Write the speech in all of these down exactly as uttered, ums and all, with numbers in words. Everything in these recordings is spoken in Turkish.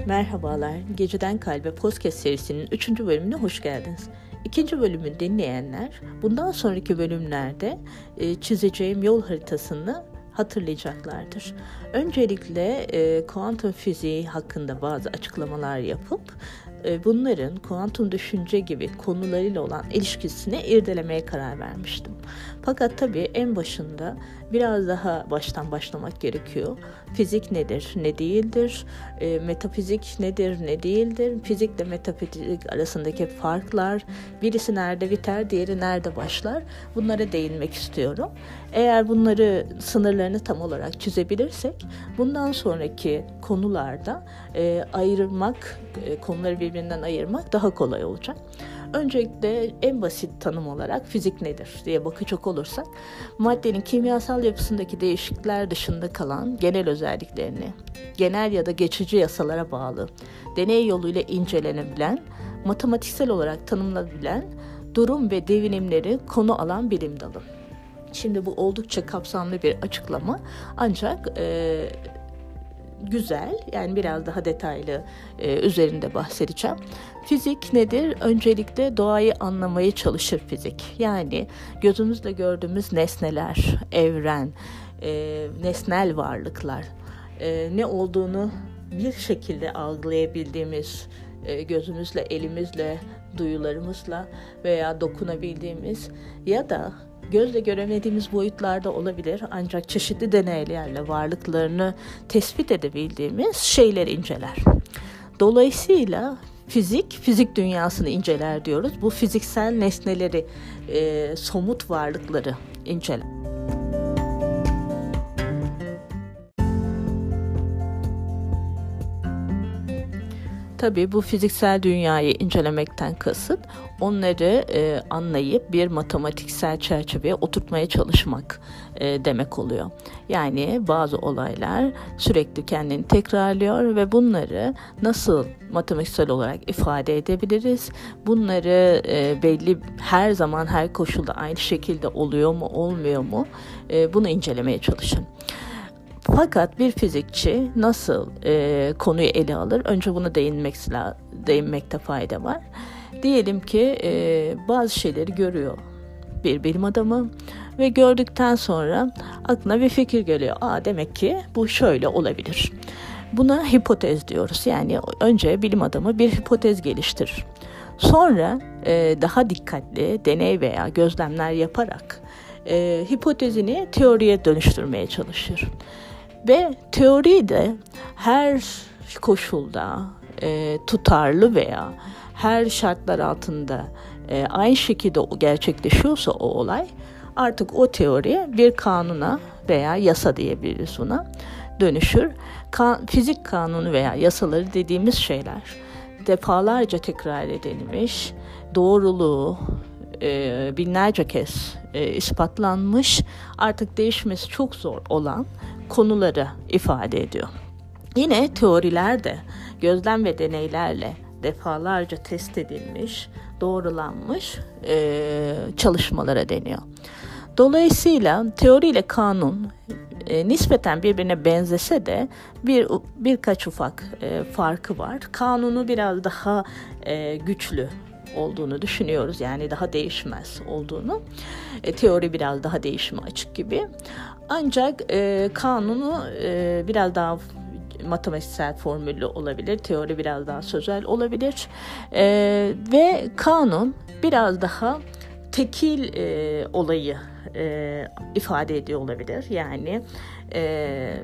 Merhabalar, Geceden Kalbe podcast serisinin üçüncü bölümüne hoş geldiniz. İkinci bölümü dinleyenler, bundan sonraki bölümlerde e, çizeceğim yol haritasını hatırlayacaklardır. Öncelikle e, kuantum fiziği hakkında bazı açıklamalar yapıp e, bunların kuantum düşünce gibi konularıyla olan ilişkisini irdelemeye karar vermiştim. Fakat tabii en başında biraz daha baştan başlamak gerekiyor. Fizik nedir, ne değildir? E, metafizik nedir, ne değildir? Fizikle metafizik arasındaki farklar, birisi nerede biter, diğeri nerede başlar? Bunlara değinmek istiyorum. Eğer bunları, sınırlarını tam olarak çizebilirsek, bundan sonraki konularda e, ayırmak, e, konuları birbirinden ayırmak daha kolay olacak. Öncelikle en basit tanım olarak fizik nedir diye bakacak olursak, maddenin kimyasal yapısındaki değişiklikler dışında kalan genel özelliklerini, genel ya da geçici yasalara bağlı, deney yoluyla incelenebilen, matematiksel olarak tanımlanabilen durum ve devinimleri konu alan bilim dalı. Şimdi bu oldukça kapsamlı bir açıklama, ancak e, güzel, yani biraz daha detaylı e, üzerinde bahsedeceğim. Fizik nedir? Öncelikle doğayı anlamaya çalışır fizik. Yani gözümüzle gördüğümüz nesneler, evren, e, nesnel varlıklar, e, ne olduğunu bir şekilde algılayabildiğimiz, e, gözümüzle, elimizle, duyularımızla veya dokunabildiğimiz ya da gözle göremediğimiz boyutlarda olabilir, ancak çeşitli deneylerle varlıklarını tespit edebildiğimiz şeyleri inceler. Dolayısıyla fizik, fizik dünyasını inceler diyoruz. Bu fiziksel nesneleri, e, somut varlıkları inceler. Tabii bu fiziksel dünyayı incelemekten kasıt, onları e, anlayıp bir matematiksel çerçeveye oturtmaya çalışmak e, demek oluyor. Yani bazı olaylar sürekli kendini tekrarlıyor ve bunları nasıl matematiksel olarak ifade edebiliriz? Bunları e, belli her zaman her koşulda aynı şekilde oluyor mu, olmuyor mu? E, bunu incelemeye çalışın. Fakat bir fizikçi nasıl e, konuyu ele alır? Önce buna değinmek, değinmekte fayda var. Diyelim ki e, bazı şeyleri görüyor bir bilim adamı ve gördükten sonra aklına bir fikir geliyor. Aa, demek ki bu şöyle olabilir. Buna hipotez diyoruz. Yani önce bilim adamı bir hipotez geliştirir. Sonra e, daha dikkatli deney veya gözlemler yaparak e, hipotezini teoriye dönüştürmeye çalışır. Ve teori de her koşulda e, tutarlı veya her şartlar altında e, aynı şekilde gerçekleşiyorsa o olay, artık o teori bir kanuna veya yasa diyebiliriz buna, dönüşür. Ka- fizik kanunu veya yasaları dediğimiz şeyler defalarca tekrar edilmiş, doğruluğu e, binlerce kez e, ispatlanmış, artık değişmesi çok zor olan konuları ifade ediyor. Yine teoriler de gözlem ve deneylerle defalarca test edilmiş, doğrulanmış e, çalışmalara deniyor. Dolayısıyla teori ile kanun e, nispeten birbirine benzese de bir birkaç ufak e, farkı var. Kanunu biraz daha e, güçlü olduğunu düşünüyoruz. Yani daha değişmez olduğunu. E, teori biraz daha değişime açık gibi. Ancak e, kanunu e, biraz daha matematiksel formüllü olabilir. Teori biraz daha sözel olabilir. E, ve kanun biraz daha tekil e, olayı e, ifade ediyor olabilir. Yani e,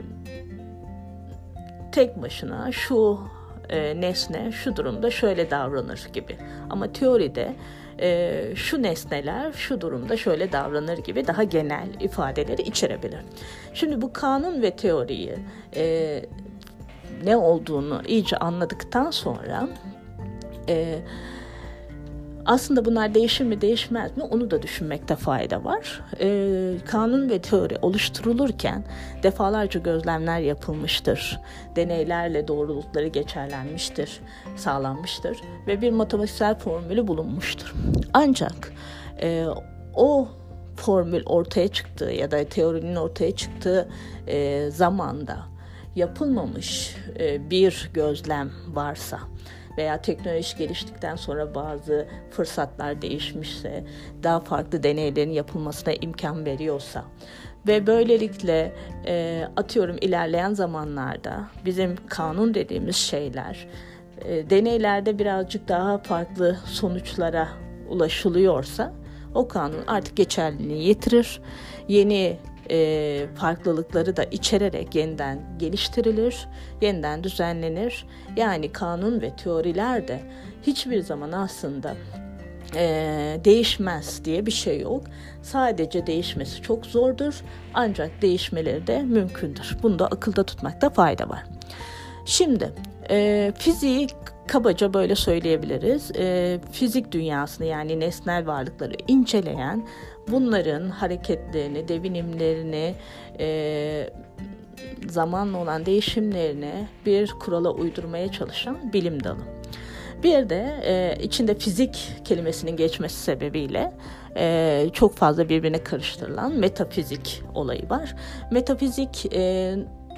tek başına şu e, nesne şu durumda şöyle davranır gibi. Ama teoride e, şu nesneler şu durumda şöyle davranır gibi daha genel ifadeleri içerebilir. Şimdi bu kanun ve teoriyi e, ne olduğunu iyice anladıktan sonra e, aslında bunlar değişir mi değişmez mi onu da düşünmekte fayda var. Ee, kanun ve teori oluşturulurken defalarca gözlemler yapılmıştır. Deneylerle doğrulukları geçerlenmiştir, sağlanmıştır ve bir matematiksel formülü bulunmuştur. Ancak e, o formül ortaya çıktığı ya da teorinin ortaya çıktığı e, zamanda yapılmamış e, bir gözlem varsa veya teknoloji geliştikten sonra bazı fırsatlar değişmişse, daha farklı deneylerin yapılmasına imkan veriyorsa ve böylelikle e, atıyorum ilerleyen zamanlarda bizim kanun dediğimiz şeyler e, deneylerde birazcık daha farklı sonuçlara ulaşılıyorsa o kanun artık geçerliliğini yitirir. Yeni e, farklılıkları da içererek yeniden geliştirilir, yeniden düzenlenir. Yani kanun ve teoriler de hiçbir zaman aslında e, değişmez diye bir şey yok. Sadece değişmesi çok zordur, ancak değişmeleri de mümkündür. Bunu da akılda tutmakta fayda var. Şimdi e, fiziği kabaca böyle söyleyebiliriz. E, fizik dünyasını, yani nesnel varlıkları inceleyen, bunların hareketlerini, devinimlerini, e, zamanla olan değişimlerini bir kurala uydurmaya çalışan bilim dalı. Bir de e, içinde fizik kelimesinin geçmesi sebebiyle e, çok fazla birbirine karıştırılan metafizik olayı var. Metafizik e,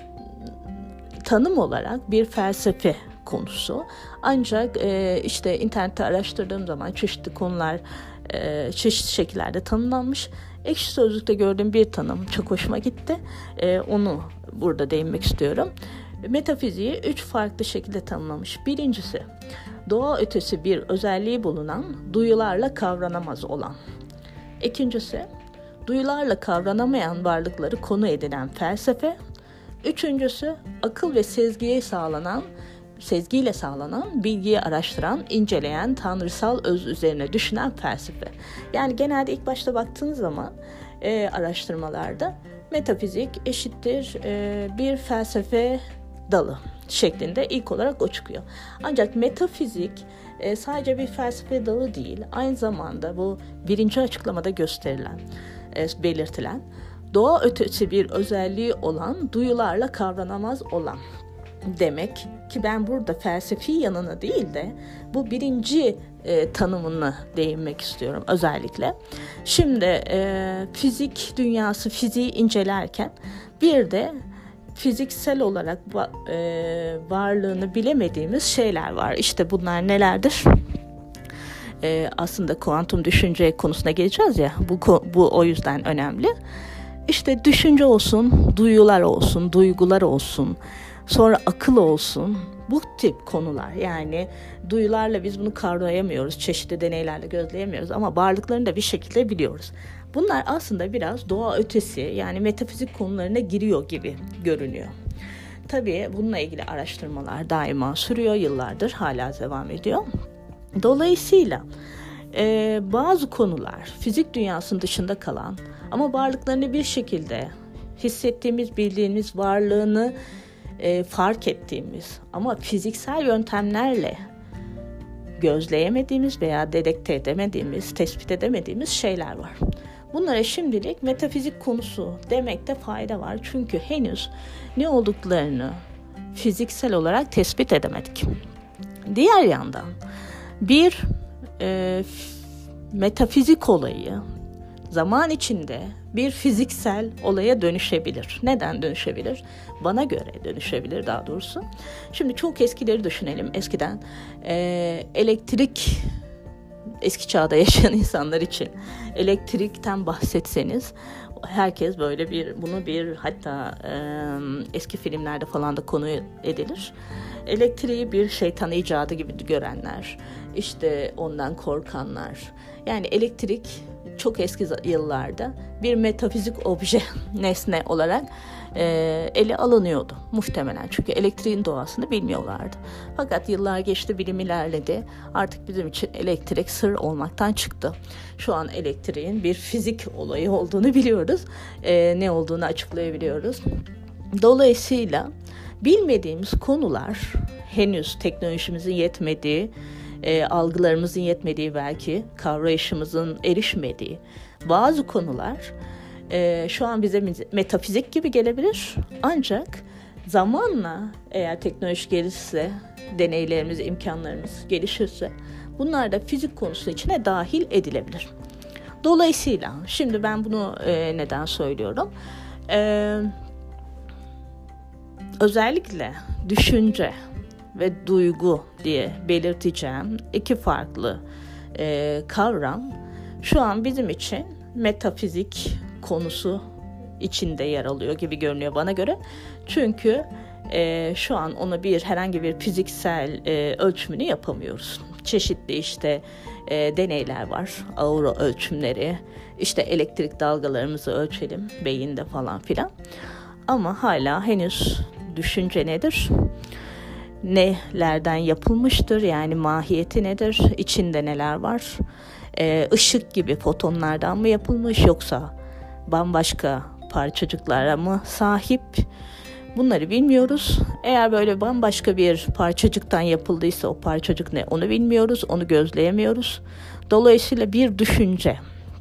tanım olarak bir felsefe konusu. Ancak e, işte internette araştırdığım zaman çeşitli konular e, çeşitli şekillerde tanımlanmış. Ekşi Sözlük'te gördüğüm bir tanım çok hoşuma gitti. E, onu burada değinmek istiyorum. Metafiziği üç farklı şekilde tanımlamış. Birincisi, doğa ötesi bir özelliği bulunan, duyularla kavranamaz olan. İkincisi, duyularla kavranamayan varlıkları konu edinen felsefe. Üçüncüsü, akıl ve sezgiye sağlanan, sezgiyle sağlanan, bilgiyi araştıran, inceleyen, tanrısal öz üzerine düşünen felsefe. Yani genelde ilk başta baktığınız zaman e, araştırmalarda metafizik eşittir e, bir felsefe dalı şeklinde ilk olarak o çıkıyor. Ancak metafizik e, sadece bir felsefe dalı değil, aynı zamanda bu birinci açıklamada gösterilen, e, belirtilen, doğa ötesi bir özelliği olan, duyularla kavranamaz olan demek ki ben burada felsefi yanına değil de bu birinci e, tanımını değinmek istiyorum özellikle. Şimdi e, fizik dünyası, fiziği incelerken bir de fiziksel olarak e, varlığını bilemediğimiz şeyler var. İşte bunlar nelerdir? E, aslında kuantum düşünce konusuna geleceğiz ya, bu, bu o yüzden önemli. İşte düşünce olsun, duyular olsun, duygular olsun, sonra akıl olsun, bu tip konular. Yani duyularla biz bunu kavrayamıyoruz, çeşitli deneylerle gözleyemiyoruz ama varlıklarını da bir şekilde biliyoruz. Bunlar aslında biraz doğa ötesi, yani metafizik konularına giriyor gibi görünüyor. Tabii bununla ilgili araştırmalar daima sürüyor, yıllardır hala devam ediyor. Dolayısıyla e, bazı konular fizik dünyasının dışında kalan ama varlıklarını bir şekilde hissettiğimiz, bildiğimiz, varlığını e, fark ettiğimiz ama fiziksel yöntemlerle gözleyemediğimiz veya dedekte edemediğimiz, tespit edemediğimiz şeyler var. Bunlara şimdilik metafizik konusu demekte fayda var. Çünkü henüz ne olduklarını fiziksel olarak tespit edemedik. Diğer yandan bir e, metafizik olayı zaman içinde bir fiziksel olaya dönüşebilir. Neden dönüşebilir? Bana göre dönüşebilir daha doğrusu. Şimdi çok eskileri düşünelim. Eskiden e, elektrik, eski çağda yaşayan insanlar için elektrikten bahsetseniz herkes böyle bir, bunu bir, hatta e, eski filmlerde falan da konu edilir. Elektriği bir şeytan icadı gibi görenler, işte ondan korkanlar. Yani elektrik çok eski yıllarda bir metafizik obje, nesne olarak e, ele alınıyordu muhtemelen. Çünkü elektriğin doğasını bilmiyorlardı. Fakat yıllar geçti, bilim ilerledi. Artık bizim için elektrik sır olmaktan çıktı. Şu an elektriğin bir fizik olayı olduğunu biliyoruz. E, ne olduğunu açıklayabiliyoruz. Dolayısıyla bilmediğimiz konular, henüz teknolojimizin yetmediği, E, algılarımızın yetmediği, belki kavrayışımızın erişmediği bazı konular e, şu an bize metafizik gibi gelebilir. Ancak zamanla, eğer teknoloji gelirse, deneylerimiz, imkanlarımız gelişirse bunlar da fizik konusu içine dahil edilebilir. Dolayısıyla şimdi ben bunu e, neden söylüyorum? E, özellikle düşünce ve duygu diye belirteceğim iki farklı e, kavram şu an bizim için metafizik konusu içinde yer alıyor gibi görünüyor bana göre. Çünkü e, şu an ona bir herhangi bir fiziksel e, ölçümünü yapamıyoruz. Çeşitli işte e, deneyler var, aura ölçümleri, işte elektrik dalgalarımızı ölçelim beyinde falan filan. Ama hala henüz düşünce nedir? Nelerden yapılmıştır? Yani mahiyeti nedir? İçinde neler var? Ee, ışık gibi fotonlardan mı yapılmış yoksa bambaşka parçacıklara mı sahip? Bunları bilmiyoruz. Eğer böyle bambaşka bir parçacıktan yapıldıysa o parçacık ne? Onu bilmiyoruz, onu gözleyemiyoruz. Dolayısıyla bir düşünce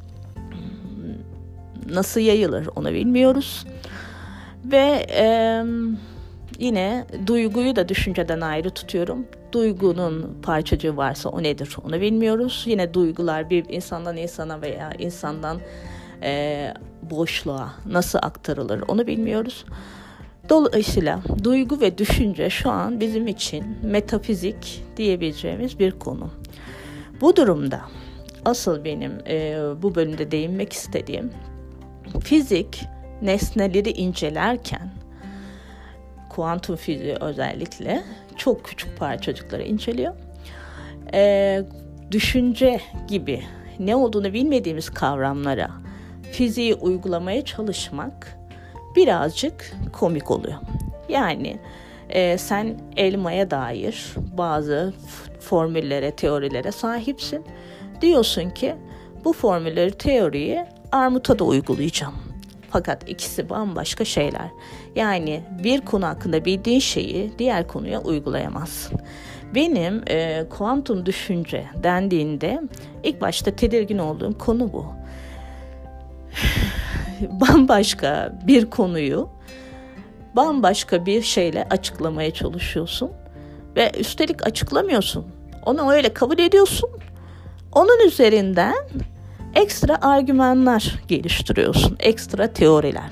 nasıl yayılır onu bilmiyoruz. Ve e, yine duyguyu da düşünceden ayrı tutuyorum. Duygunun parçacığı varsa o nedir onu bilmiyoruz. Yine duygular bir insandan insana veya insandan e, boşluğa nasıl aktarılır onu bilmiyoruz. Dolayısıyla duygu ve düşünce şu an bizim için metafizik diyebileceğimiz bir konu. Bu durumda asıl benim e, bu bölümde değinmek istediğim fizik nesneleri incelerken kuantum fiziği özellikle çok küçük parçacıkları inceliyor. E, düşünce gibi ne olduğunu bilmediğimiz kavramlara fiziği uygulamaya çalışmak birazcık komik oluyor. Yani e, sen elmaya dair bazı formüllere, teorilere sahipsin. Diyorsun ki bu formülleri, teoriyi armuta da uygulayacağım. Fakat ikisi bambaşka şeyler. Yani bir konu hakkında bildiğin şeyi diğer konuya uygulayamazsın. Benim e, kuantum düşünce dendiğinde ilk başta tedirgin olduğum konu bu. Bambaşka bir konuyu bambaşka bir şeyle açıklamaya çalışıyorsun ve üstelik açıklamıyorsun. Onu öyle kabul ediyorsun. Onun üzerinden ekstra argümanlar geliştiriyorsun, ekstra teoriler.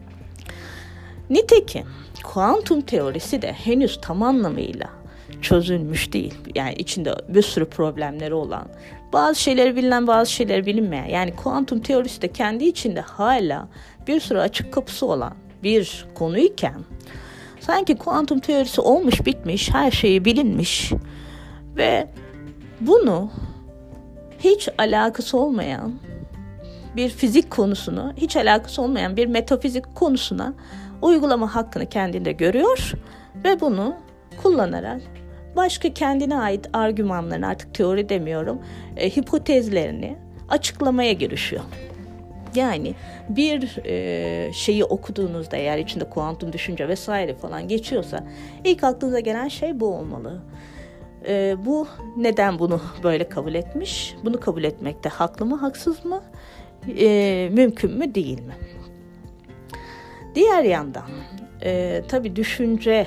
Nitekim kuantum teorisi de henüz tam anlamıyla çözülmüş değil. Yani içinde bir sürü problemleri olan, bazı şeyleri bilinen, bazı şeyleri bilinmeyen. Yani kuantum teorisi de kendi içinde hala bir sürü açık kapısı olan bir konuyken sanki kuantum teorisi olmuş bitmiş, her şeyi bilinmiş ve bunu hiç alakası olmayan bir fizik konusunu, hiç alakası olmayan bir metafizik konusuna uygulama hakkını kendinde görüyor ve bunu kullanarak başka kendine ait argümanlarını, artık teori demiyorum, e, hipotezlerini açıklamaya girişiyor. Yani bir e, şeyi okuduğunuzda, eğer içinde kuantum düşünce vesaire falan geçiyorsa ilk aklınıza gelen şey bu olmalı. E, bu neden bunu böyle kabul etmiş? Bunu kabul etmekte haklı mı, haksız mı? E, mümkün mü, değil mi? Diğer yandan e, tabii düşünce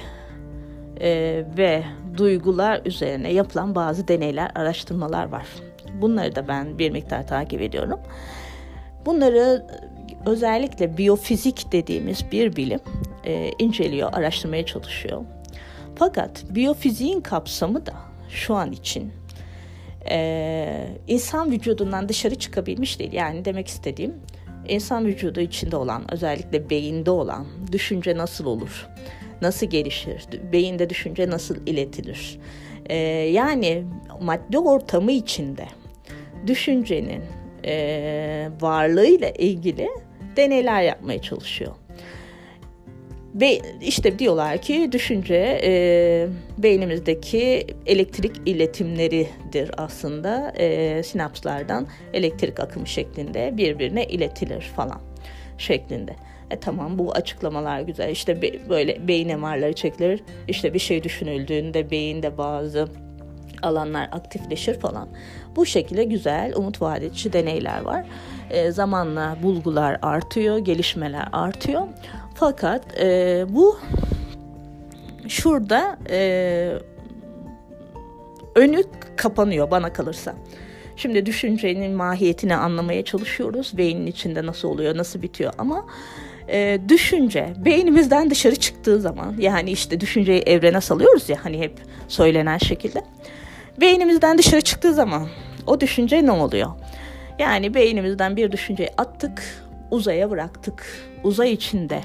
e, ve duygular üzerine yapılan bazı deneyler, araştırmalar var. Bunları da ben bir miktar takip ediyorum. Bunları özellikle biyofizik dediğimiz bir bilim e, inceliyor, araştırmaya çalışıyor. Fakat biyofiziğin kapsamı da şu an için e, insan vücudundan dışarı çıkabilmiş değil. Yani demek istediğim, insan vücudu içinde olan, özellikle beyinde olan düşünce nasıl olur? Nasıl gelişir? Beyinde düşünce nasıl iletilir? Ee, yani madde ortamı içinde düşüncenin e, varlığıyla ilgili deneyler yapmaya çalışıyor. Ve işte diyorlar ki düşünce e, beynimizdeki elektrik iletimleridir aslında. E, sinapslardan elektrik akımı şeklinde birbirine iletilir falan şeklinde. E tamam, bu açıklamalar güzel. İşte be, böyle beyin M R'ları çekilir. İşte bir şey düşünüldüğünde beyinde bazı alanlar aktifleşir falan. Bu şekilde güzel, umut vaat edici deneyler var. E, zamanla bulgular artıyor, gelişmeler artıyor. Fakat e, bu şurada e, önü kapanıyor bana kalırsa. Şimdi düşüncenin mahiyetini anlamaya çalışıyoruz. Beynin içinde nasıl oluyor, nasıl bitiyor ama e, düşünce beynimizden dışarı çıktığı zaman, yani işte düşünceyi evrene salıyoruz ya hani hep söylenen şekilde. Beynimizden dışarı çıktığı zaman o düşünce ne oluyor? Yani beynimizden bir düşünceyi attık, uzaya bıraktık. Uzay içinde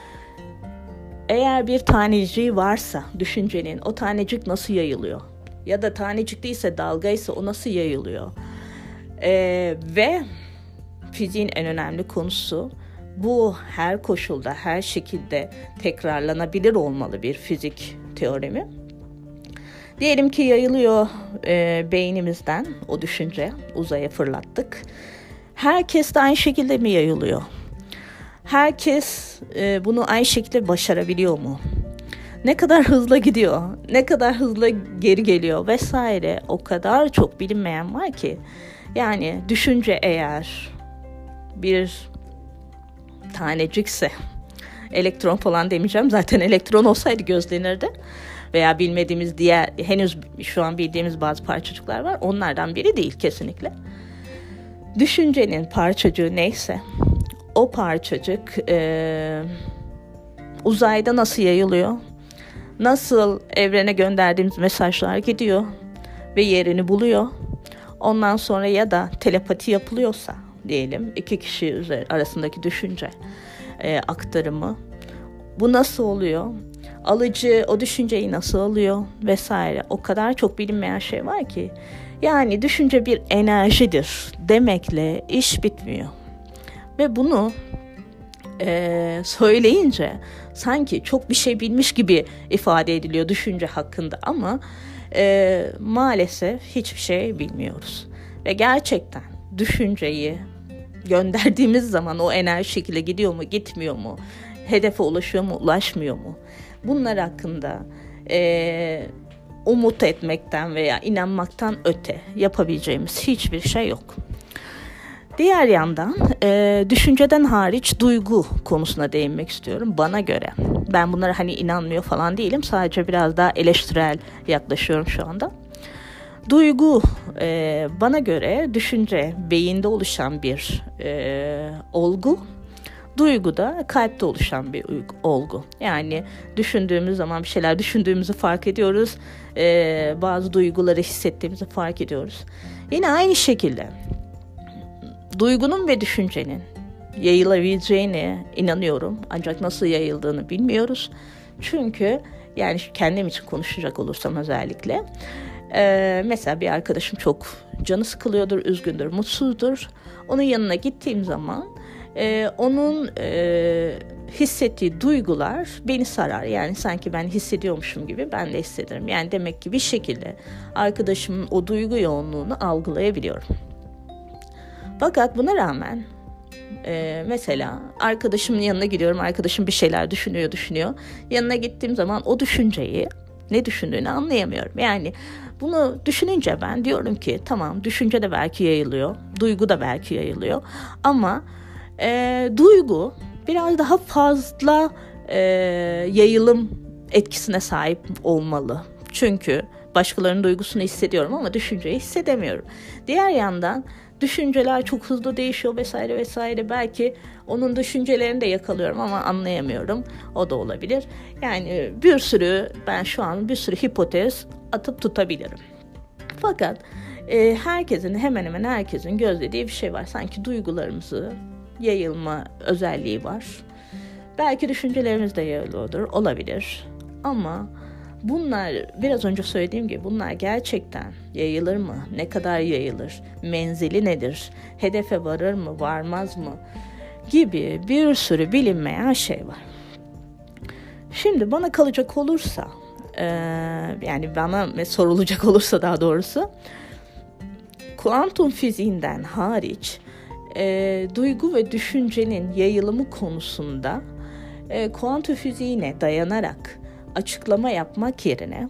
eğer bir taneciği varsa düşüncenin, o tanecik nasıl yayılıyor? Ya da tanecik değilse, dalgaysa o nasıl yayılıyor? Ee, ve fiziğin en önemli konusu, bu her koşulda, her şekilde tekrarlanabilir olmalı bir fizik teoremi. Diyelim ki yayılıyor e, beynimizden o düşünce, uzaya fırlattık. Herkes de aynı şekilde mi yayılıyor? Herkes e, bunu aynı şekilde başarabiliyor mu? Ne kadar hızlı gidiyor, ne kadar hızlı geri geliyor vesaire, o kadar çok bilinmeyen var ki. Yani düşünce eğer bir tanecikse, elektron falan demeyeceğim, zaten elektron olsaydı gözlenirdi. Veya bilmediğimiz diğer, henüz şu an bildiğimiz bazı parçacıklar var, onlardan biri değil kesinlikle. Düşüncenin parçacığı neyse, o parçacık e, uzayda nasıl yayılıyor, nasıl evrene gönderdiğimiz mesajlar gidiyor ve yerini buluyor. Ondan sonra ya da telepati yapılıyorsa diyelim, iki kişi arasındaki düşünce e, aktarımı, bu nasıl oluyor? Alıcı o düşünceyi nasıl alıyor vesaire, o kadar çok bilinmeyen şey var ki. Yani düşünce bir enerjidir demekle iş bitmiyor. Ve bunu e, söyleyince sanki çok bir şey bilmiş gibi ifade ediliyor düşünce hakkında, ama e, maalesef hiçbir şey bilmiyoruz. Ve gerçekten düşünceyi gönderdiğimiz zaman o enerji şekilde gidiyor mu, gitmiyor mu, hedefe ulaşıyor mu, ulaşmıyor mu? Bunlar hakkında e, umut etmekten veya inanmaktan öte yapabileceğimiz hiçbir şey yok. Diğer yandan e, düşünceden hariç duygu konusuna değinmek istiyorum. Bana göre, ben bunlara hani inanmıyor falan değilim, sadece biraz daha eleştirel yaklaşıyorum şu anda. Duygu e, bana göre düşünce beyinde oluşan bir e, olgu. Duygu da kalpte oluşan bir olgu. Yani düşündüğümüz zaman bir şeyler düşündüğümüzü fark ediyoruz. Ee, bazı duyguları hissettiğimizi fark ediyoruz. Yine aynı şekilde duygunun ve düşüncenin yayılabileceğine inanıyorum. Ancak nasıl yayıldığını bilmiyoruz. Çünkü yani kendim için konuşacak olursam özellikle. Ee, mesela bir arkadaşım çok canı sıkılıyordur, üzgündür, mutsuzdur. Onun yanına gittiğim zaman Ee, onun e, hissettiği duygular beni sarar. Yani sanki ben hissediyormuşum gibi ben de hissederim. Yani demek ki bir şekilde arkadaşımın o duygu yoğunluğunu algılayabiliyorum. Fakat buna rağmen e, mesela arkadaşımın yanına gidiyorum. Arkadaşım bir şeyler düşünüyor, düşünüyor. Yanına gittiğim zaman o düşünceyi, ne düşündüğünü anlayamıyorum. Yani bunu düşününce ben diyorum ki tamam, düşünce de belki yayılıyor, duygu da belki yayılıyor, ama E, duygu biraz daha fazla e, yayılım etkisine sahip olmalı. Çünkü başkalarının duygusunu hissediyorum ama düşünceyi hissedemiyorum. Diğer yandan düşünceler çok hızlı değişiyor vesaire vesaire. Belki onun düşüncelerini de yakalıyorum ama anlayamıyorum. O da olabilir. Yani bir sürü, ben şu an bir sürü hipotez atıp tutabilirim. Fakat e, herkesin, hemen hemen herkesin gözlediği bir şey var. Sanki duygularımızı yayılma özelliği var. Belki düşüncelerimiz de yayılıyordur, olabilir. Ama bunlar, biraz önce söylediğim gibi, bunlar gerçekten yayılır mı? Ne kadar yayılır? Menzili nedir? Hedefe varır mı, varmaz mı? Gibi bir sürü bilinmeyen şey var. Şimdi bana kalacak olursa, e, yani bana sorulacak olursa daha doğrusu, kuantum fiziğinden hariç E, duygu ve düşüncenin yayılımı konusunda e, kuantum fiziğine dayanarak açıklama yapmak yerine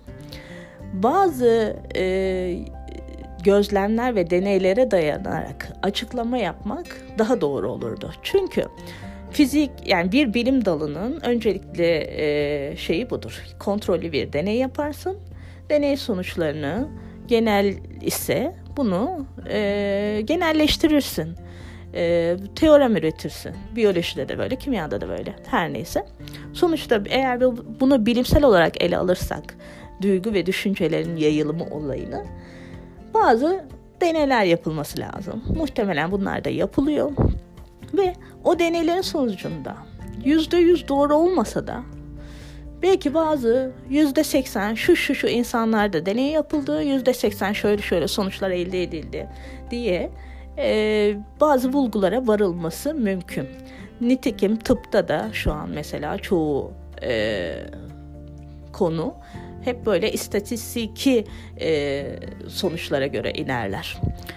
bazı e, gözlemler ve deneylere dayanarak açıklama yapmak daha doğru olurdu. Çünkü fizik, yani bir bilim dalının öncelikle e, şeyi budur. Kontrollü bir deney yaparsın. Deney sonuçlarını genel ise bunu e, genelleştirirsin. e, teorem üretirsin. Biyolojide de böyle, kimyada da böyle, her neyse. Sonuçta eğer bunu bilimsel olarak ele alırsak, duygu ve düşüncelerin yayılımı olayını, bazı deneyler yapılması lazım. Muhtemelen bunlar da yapılıyor. Ve o deneylerin sonucunda yüzde yüz doğru olmasa da belki bazı yüzde seksen şu şu şu insanlarda deney yapıldı, yüzde seksen şöyle şöyle sonuçlar elde edildi diye e, bazı bulgulara varılması mümkün. Nitekim tıpta da şu an mesela çoğu e, konu hep böyle istatistiki e, sonuçlara göre inerler.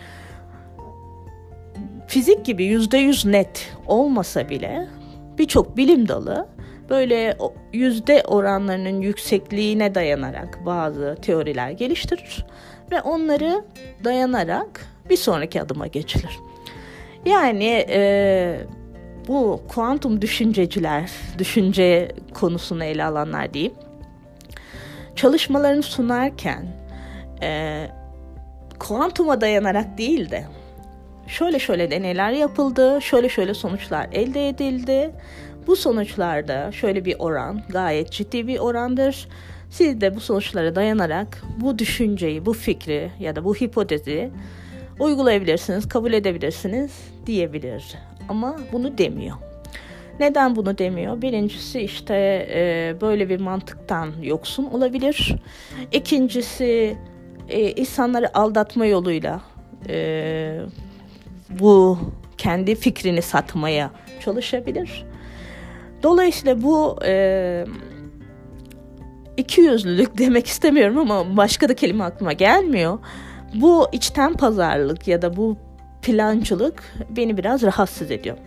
Fizik gibi yüzde yüz net olmasa bile birçok bilim dalı böyle yüzde oranlarının yüksekliğine dayanarak bazı teoriler geliştirir ve onları dayanarak bir sonraki adıma geçilir. Yani e, bu kuantum düşünceciler, düşünce konusunu ele alanlar diyeyim, çalışmalarını sunarken e, kuantuma dayanarak değil de şöyle şöyle deneyler yapıldı, şöyle şöyle sonuçlar elde edildi. Bu sonuçlarda şöyle bir oran, gayet ciddi bir orandır. Siz de bu sonuçlara dayanarak bu düşünceyi, bu fikri ya da bu hipotezi uygulayabilirsiniz, kabul edebilirsiniz diyebilir. Ama bunu demiyor. Neden bunu demiyor? Birincisi işte e, böyle bir mantıktan yoksun olabilir. İkincisi e, insanları aldatma yoluyla e, bu kendi fikrini satmaya çalışabilir. Dolayısıyla bu e, ikiyüzlülük demek istemiyorum ama başka da kelime aklıma gelmiyor. Bu içten pazarlık ya da bu plancılık beni biraz rahatsız ediyor.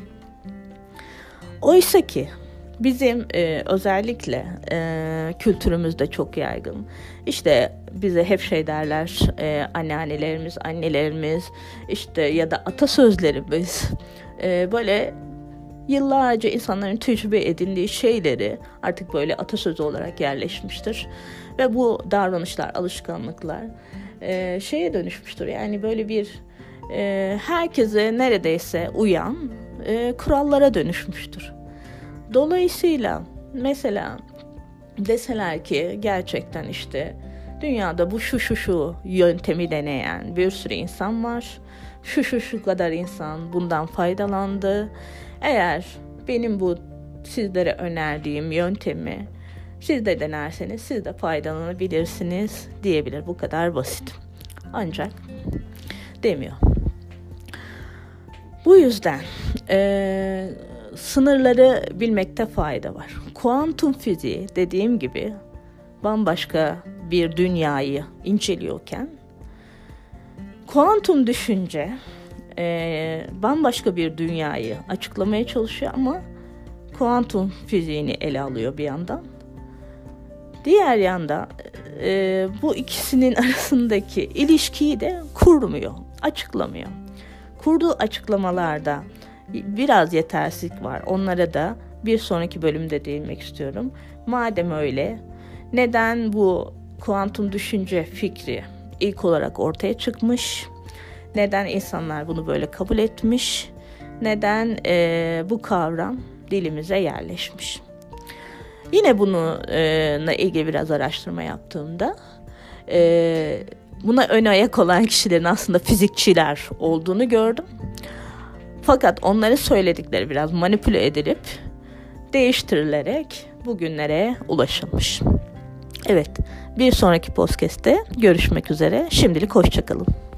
Oysa ki bizim e, özellikle e, kültürümüzde çok yaygın. İşte bize hep şey derler, e, anneannelerimiz, annelerimiz, işte ya da atasözlerimiz, e, böyle yıllarca insanların tecrübe edindiği şeyleri artık böyle atasözü olarak yerleşmiştir. Ve bu davranışlar, alışkanlıklar e, şeye dönüşmüştür. Yani böyle bir e, herkese neredeyse uyan e, kurallara dönüşmüştür. Dolayısıyla mesela deseler ki gerçekten işte dünyada bu şu şu şu yöntemi deneyen bir sürü insan var. Şu şu şu kadar insan bundan faydalandı. Eğer benim bu sizlere önerdiğim yöntemi siz de denerseniz siz de faydalanabilirsiniz diyebilir. Bu kadar basit. Ancak demiyor. Bu yüzden e, sınırları bilmekte fayda var. Kuantum fiziği dediğim gibi bambaşka bir dünyayı inceliyorken kuantum düşünce e, bambaşka bir dünyayı açıklamaya çalışıyor ama kuantum fiziğini ele alıyor bir yandan. Diğer yanda e, bu ikisinin arasındaki ilişkiyi de kurmuyor, açıklamıyor. Kurduğu açıklamalarda biraz yetersizlik var. Onlara da bir sonraki bölümde değinmek istiyorum. Madem öyle, neden bu kuantum düşünce fikri ilk olarak ortaya çıkmış? Neden insanlar bunu böyle kabul etmiş? Neden e, bu kavram dilimize yerleşmiş? Yine bununla ilgili biraz araştırma yaptığımda e, buna ön ayak olan kişilerin aslında fizikçiler olduğunu gördüm. Fakat onların söyledikleri biraz manipüle edilip değiştirilerek bugünlere ulaşılmış. Evet, bir sonraki podcast'te görüşmek üzere. Şimdilik hoşça kalın.